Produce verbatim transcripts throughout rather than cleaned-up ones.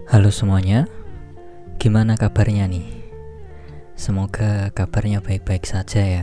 Halo semuanya, gimana kabarnya nih? Semoga kabarnya baik-baik saja ya.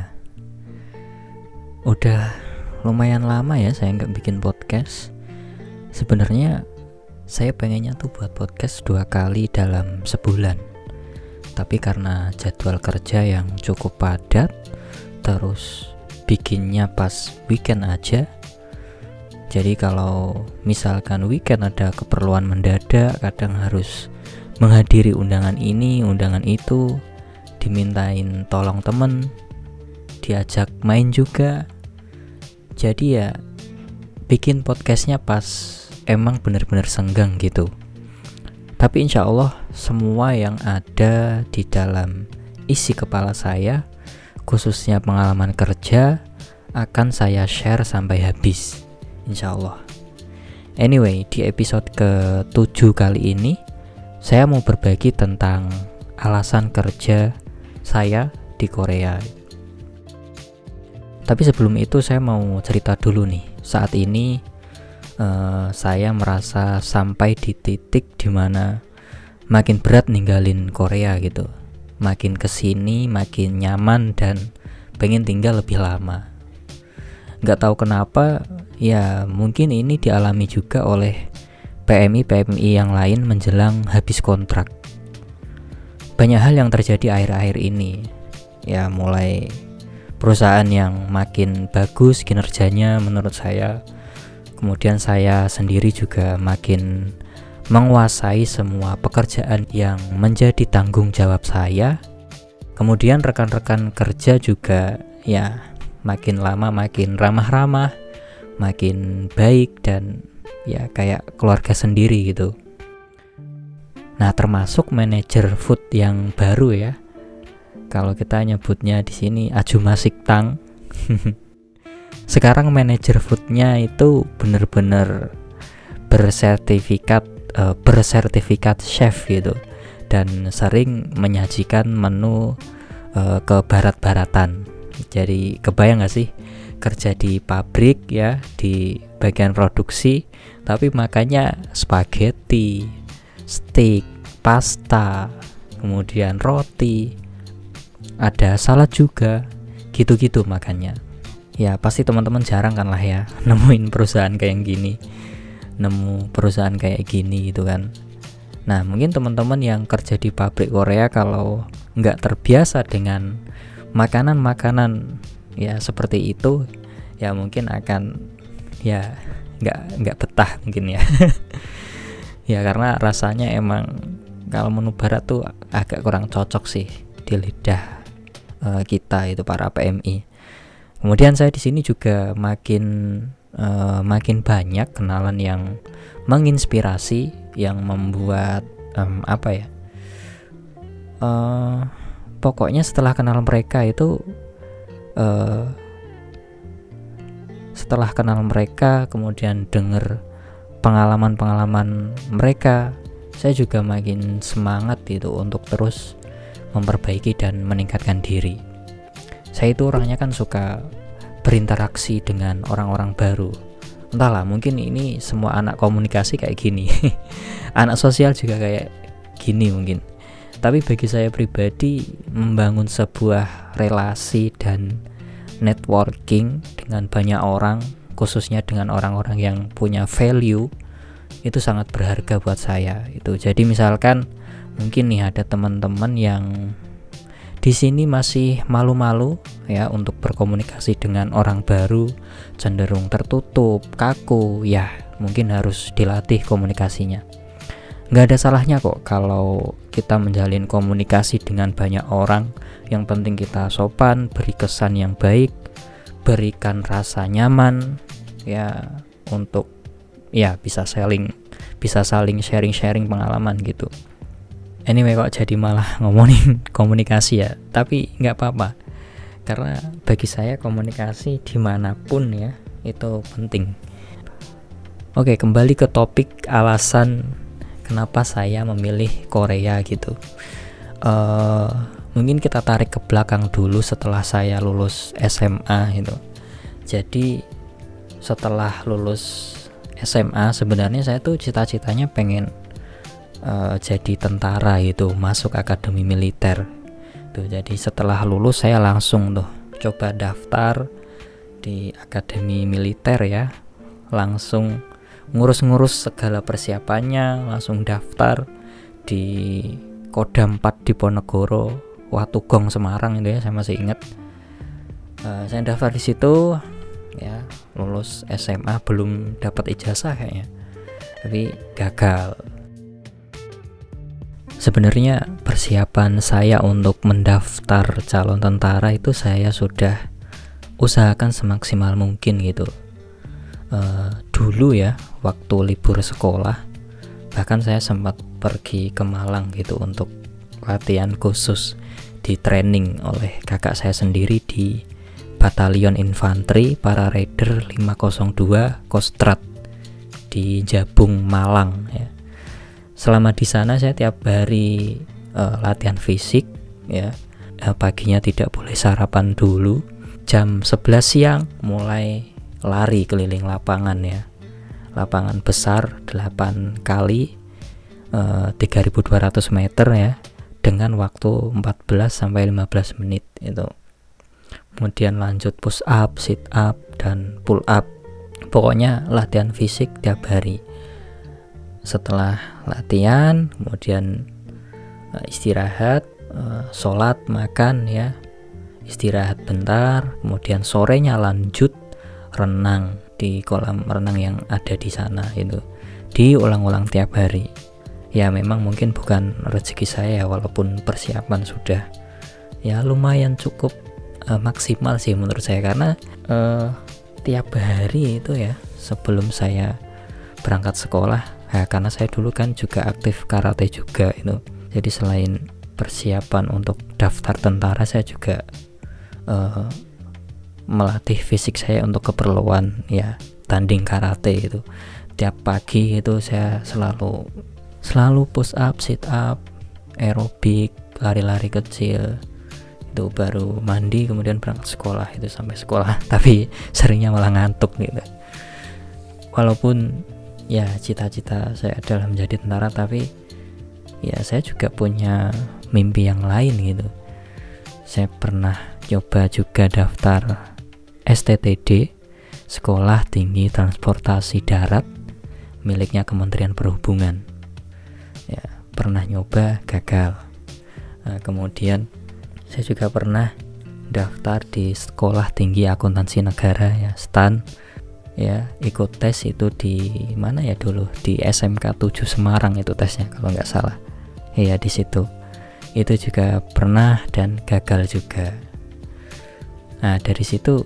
Udah lumayan lama ya saya nggak bikin podcast. Sebenarnya saya pengennya tuh buat podcast dua kali dalam sebulan. Tapi karena jadwal kerja yang cukup padat, terus bikinnya pas weekend aja. Jadi kalau misalkan weekend ada keperluan mendadak, kadang harus menghadiri undangan ini, undangan itu, dimintain tolong temen, diajak main juga. Jadi ya bikin podcastnya pas emang benar-benar senggang gitu. Tapi insya Allah semua yang ada di dalam isi kepala saya, khususnya pengalaman kerja, akan saya share sampai habis, insya Allah. Anyway, di episode ketujuh kali ini saya mau berbagi tentang alasan kerja saya di Korea. Tapi sebelum itu saya mau cerita dulu nih. Saat ini uh, saya merasa sampai di titik dimana makin berat ninggalin Korea gitu. Makin kesini makin nyaman dan pengen tinggal lebih lama. Gak tahu kenapa, ya mungkin ini dialami juga oleh P M I-P M I yang lain menjelang habis kontrak. Banyak hal yang terjadi akhir-akhir ini. Ya mulai perusahaan yang makin bagus kinerjanya menurut saya. Kemudian saya sendiri juga makin menguasai semua pekerjaan yang menjadi tanggung jawab saya. Kemudian rekan-rekan kerja juga ya makin lama makin ramah-ramah, makin baik dan ya kayak keluarga sendiri gitu. Nah, termasuk manajer food yang baru ya. Kalau kita nyebutnya di sini Ajuma Siktang. Sekarang manajer foodnya itu benar-benar bersertifikat uh, bersertifikat chef gitu dan sering menyajikan menu uh, ke barat-baratan. Jadi kebayang gak sih kerja di pabrik ya, di bagian produksi, tapi makannya spaghetti, steak, pasta, kemudian roti, ada salad juga, gitu-gitu makannya. Ya pasti teman-teman jarang kan lah ya nemuin perusahaan kayak gini, nemu perusahaan kayak gini gitu kan. Nah mungkin teman-teman yang kerja di pabrik Korea kalau nggak terbiasa dengan makanan-makanan ya seperti itu, ya mungkin akan ya nggak nggak betah mungkin ya. Ya karena rasanya emang kalau menu barat tuh agak kurang cocok sih di lidah uh, kita itu para P M I. Kemudian saya di sini juga makin uh, makin banyak kenalan yang menginspirasi, yang membuat um, apa ya? Uh, Pokoknya setelah kenal mereka itu uh, setelah kenal mereka kemudian dengar pengalaman-pengalaman mereka, saya juga makin semangat itu untuk terus memperbaiki dan meningkatkan diri. Saya itu orangnya kan suka berinteraksi dengan orang-orang baru. Entahlah, mungkin ini semua anak komunikasi kayak gini. Anak sosial juga kayak gini mungkin. Tapi bagi saya pribadi, membangun sebuah relasi dan networking dengan banyak orang, khususnya dengan orang-orang yang punya value, itu sangat berharga buat saya. Itu jadi misalkan mungkin nih ada teman-teman yang di sini masih malu-malu ya untuk berkomunikasi dengan orang baru, cenderung tertutup, kaku, ya mungkin harus dilatih komunikasinya. Nggak ada salahnya kok kalau kita menjalin komunikasi dengan banyak orang. Yang penting kita sopan, beri kesan yang baik, berikan rasa nyaman ya untuk ya bisa saling bisa saling sharing-sharing pengalaman gitu. Anyway kok jadi malah ngomongin komunikasi ya, tapi nggak apa-apa karena bagi saya komunikasi dimanapun ya itu penting. Oke, kembali ke topik alasan kenapa saya memilih Korea gitu. Uh, mungkin kita tarik ke belakang dulu setelah saya lulus S M A gitu. Jadi setelah lulus S M A sebenarnya saya tuh cita-citanya pengen uh, jadi tentara itu, masuk akademi militer tuh. Jadi setelah lulus saya langsung tuh coba daftar di akademi militer ya, langsung ngurus-ngurus segala persiapannya, langsung daftar di Kodam empat Diponegoro, Watugong, Semarang itu ya, saya masih ingat. Uh, saya daftar di situ ya, lulus S M A belum dapat ijazah kayaknya, tapi gagal. Sebenarnya persiapan saya untuk mendaftar calon tentara itu saya sudah usahakan semaksimal mungkin gitu. Uh, dulu ya, waktu libur sekolah, bahkan saya sempat pergi ke Malang gitu untuk latihan khusus, di training oleh kakak saya sendiri di Batalion Infanteri Para Raider lima nol dua Kostrad di Jabung, Malang ya. Selama di sana saya tiap hari uh, latihan fisik ya. Uh, paginya tidak boleh sarapan dulu. Jam sebelas siang mulai lari keliling lapangan ya. Lapangan besar delapan kali uh, tiga ribu dua ratus meter ya, dengan waktu empat belas sampai lima belas menit itu. Kemudian lanjut push up, sit up, dan pull up. Pokoknya latihan fisik tiap hari. Setelah latihan, kemudian uh, istirahat, uh, sholat, makan ya, istirahat bentar, kemudian sorenya lanjut renang di kolam renang yang ada di sana itu. Diulang-ulang tiap hari. Ya memang mungkin bukan rezeki saya, walaupun persiapan sudah ya lumayan cukup uh, maksimal sih menurut saya, karena uh, tiap hari itu ya sebelum saya berangkat sekolah. Nah, karena saya dulu kan juga aktif karate juga itu. Jadi selain persiapan untuk daftar tentara, saya juga uh, melatih fisik saya untuk keperluan ya tanding karate itu. Tiap pagi itu saya selalu selalu push up, sit up, aerobik, lari-lari kecil. Itu baru mandi, kemudian berangkat sekolah itu sampai sekolah. Tapi seringnya malah ngantuk gitu. Walaupun ya cita-cita saya adalah menjadi tentara, tapi ya saya juga punya mimpi yang lain gitu. Saya pernah coba juga daftar S T T D, Sekolah Tinggi Transportasi Darat, miliknya Kementerian Perhubungan. Ya, pernah nyoba, gagal. Nah, kemudian saya juga pernah daftar di Sekolah Tinggi Akuntansi Negara ya, S T A N. Ya, ikut tes itu di mana ya dulu, di S M K tujuh Semarang itu tesnya kalau nggak salah. Iya, di situ. Itu juga pernah dan gagal juga. Nah, dari situ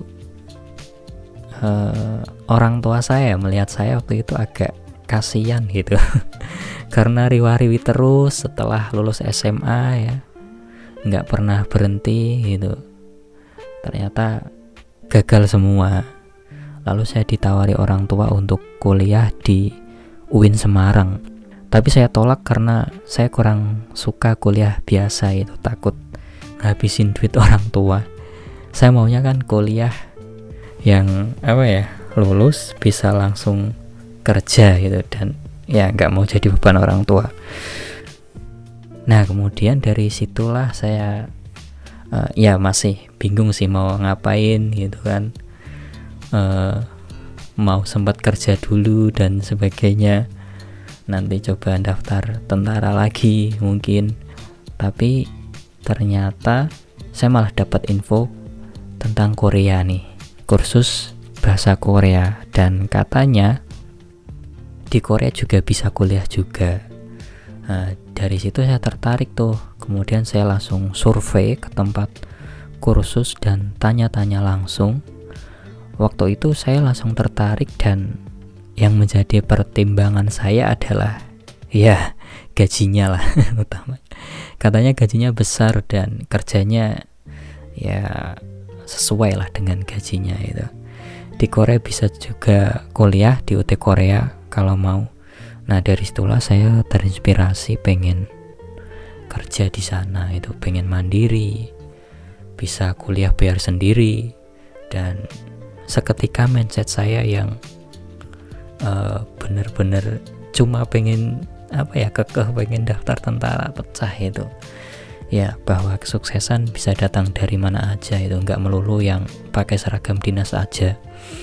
uh, orang tua saya melihat saya waktu itu agak kasihan gitu. Karena riwa-riwi terus setelah lulus S M A ya, nggak pernah berhenti gitu. Ternyata gagal semua. Lalu saya ditawari orang tua untuk kuliah di U I N Semarang. Tapi saya tolak karena saya kurang suka kuliah biasa itu, takut ngabisin duit orang tua. Saya maunya kan kuliah yang apa ya, lulus bisa langsung kerja gitu, dan ya nggak mau jadi beban orang tua. Nah kemudian dari situlah saya uh, ya masih bingung sih mau ngapain gitu kan. Uh, mau sempat kerja dulu dan sebagainya, nanti coba daftar tentara lagi mungkin. Tapi ternyata saya malah dapat info tentang Korea nih, kursus bahasa Korea, dan katanya di Korea juga bisa kuliah juga. Nah, dari situ saya tertarik tuh. Kemudian saya langsung survei ke tempat kursus dan tanya-tanya langsung. Waktu itu saya langsung tertarik, dan yang menjadi pertimbangan saya adalah ya gajinya lah utama. Katanya gajinya besar dan kerjanya ya sesuai lah dengan gajinya itu. Di Korea bisa juga kuliah di U T Korea kalau mau. Nah dari situlah saya terinspirasi pengen kerja di sana itu, pengen mandiri, bisa kuliah bayar sendiri. Dan seketika mindset saya yang uh, bener-bener cuma pengen apa ya kekeh pengen daftar tentara pecah itu ya, bahwa kesuksesan bisa datang dari mana aja, itu nggak melulu yang pakai seragam dinas aja.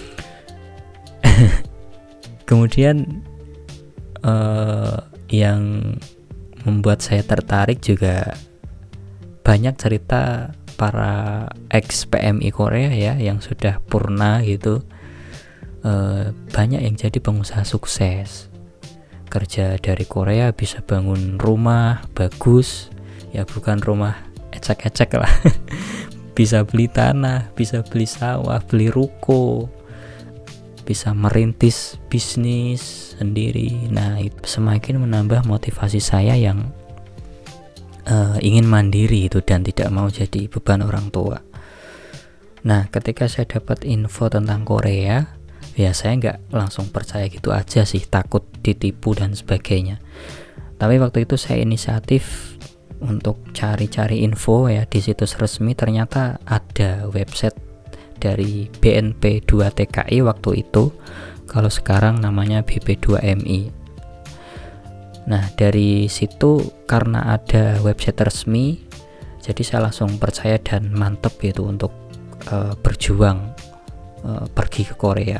Kemudian uh, yang membuat saya tertarik juga banyak cerita para ex P M I Korea ya yang sudah purna gitu. Uh, banyak yang jadi pengusaha sukses, kerja dari Korea bisa bangun rumah bagus ya, bukan rumah ecek-ecek lah. Bisa beli tanah, bisa beli sawah, beli ruko, bisa merintis bisnis sendiri. Nah, itu semakin menambah motivasi saya yang uh, ingin mandiri itu dan tidak mau jadi beban orang tua. Nah, ketika saya dapat info tentang Korea, ya saya nggak langsung percaya gitu aja sih, takut ditipu dan sebagainya. Tapi waktu itu saya inisiatif untuk cari-cari info ya di situs resmi. Ternyata ada website dari B N P dua T K I waktu itu, kalau sekarang namanya B P dua M I. Nah, dari situ karena ada website resmi, jadi saya langsung percaya dan mantep gitu untuk uh, berjuang uh, pergi ke Korea.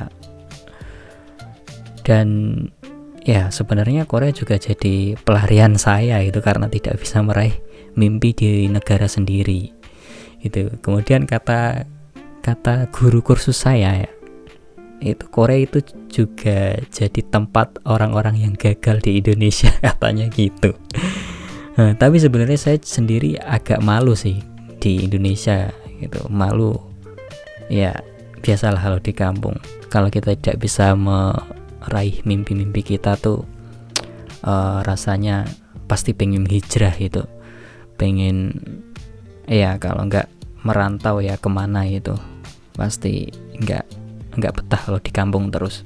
Dan ya sebenarnya Korea juga jadi pelarian saya itu, karena tidak bisa meraih mimpi di negara sendiri itu. Kemudian kata kata guru kursus saya ya, itu Korea itu juga jadi tempat orang-orang yang gagal di Indonesia, katanya gitu. Nah, tapi sebenarnya saya sendiri agak malu sih di Indonesia gitu, malu ya, biasalah kalau di kampung kalau kita tidak bisa meraih mimpi-mimpi kita tuh uh, rasanya pasti pengen hijrah gitu, pengen ya kalau nggak merantau ya kemana gitu, pasti nggak nggak betah kalau di kampung terus.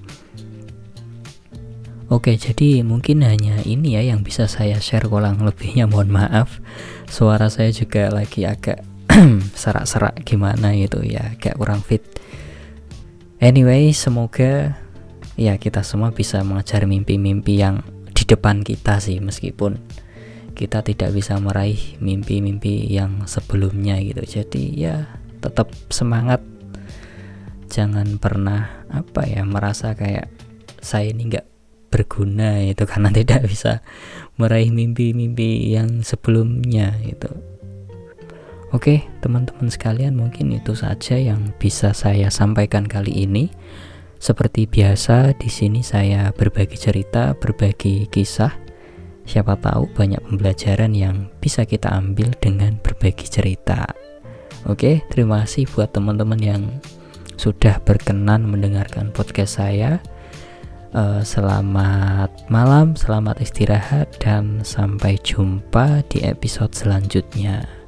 Oke, jadi mungkin hanya ini ya yang bisa saya share, kurang lebihnya mohon maaf. Suara saya juga lagi agak serak-serak gimana gitu ya, agak kurang fit. Anyway, semoga ya kita semua bisa mengejar mimpi-mimpi yang di depan kita sih, meskipun kita tidak bisa meraih mimpi-mimpi yang sebelumnya gitu. Jadi ya tetap semangat, jangan pernah apa ya merasa kayak saya ini nggak berguna itu karena tidak bisa meraih mimpi-mimpi yang sebelumnya itu. Oke, teman-teman sekalian, mungkin itu saja yang bisa saya sampaikan kali ini. Seperti biasa, di sini saya berbagi cerita, berbagi kisah. Siapa tahu banyak pembelajaran yang bisa kita ambil dengan berbagi cerita. Oke, terima kasih buat teman-teman yang sudah berkenan mendengarkan podcast saya. Uh, selamat malam, selamat istirahat, dan sampai jumpa di episode selanjutnya.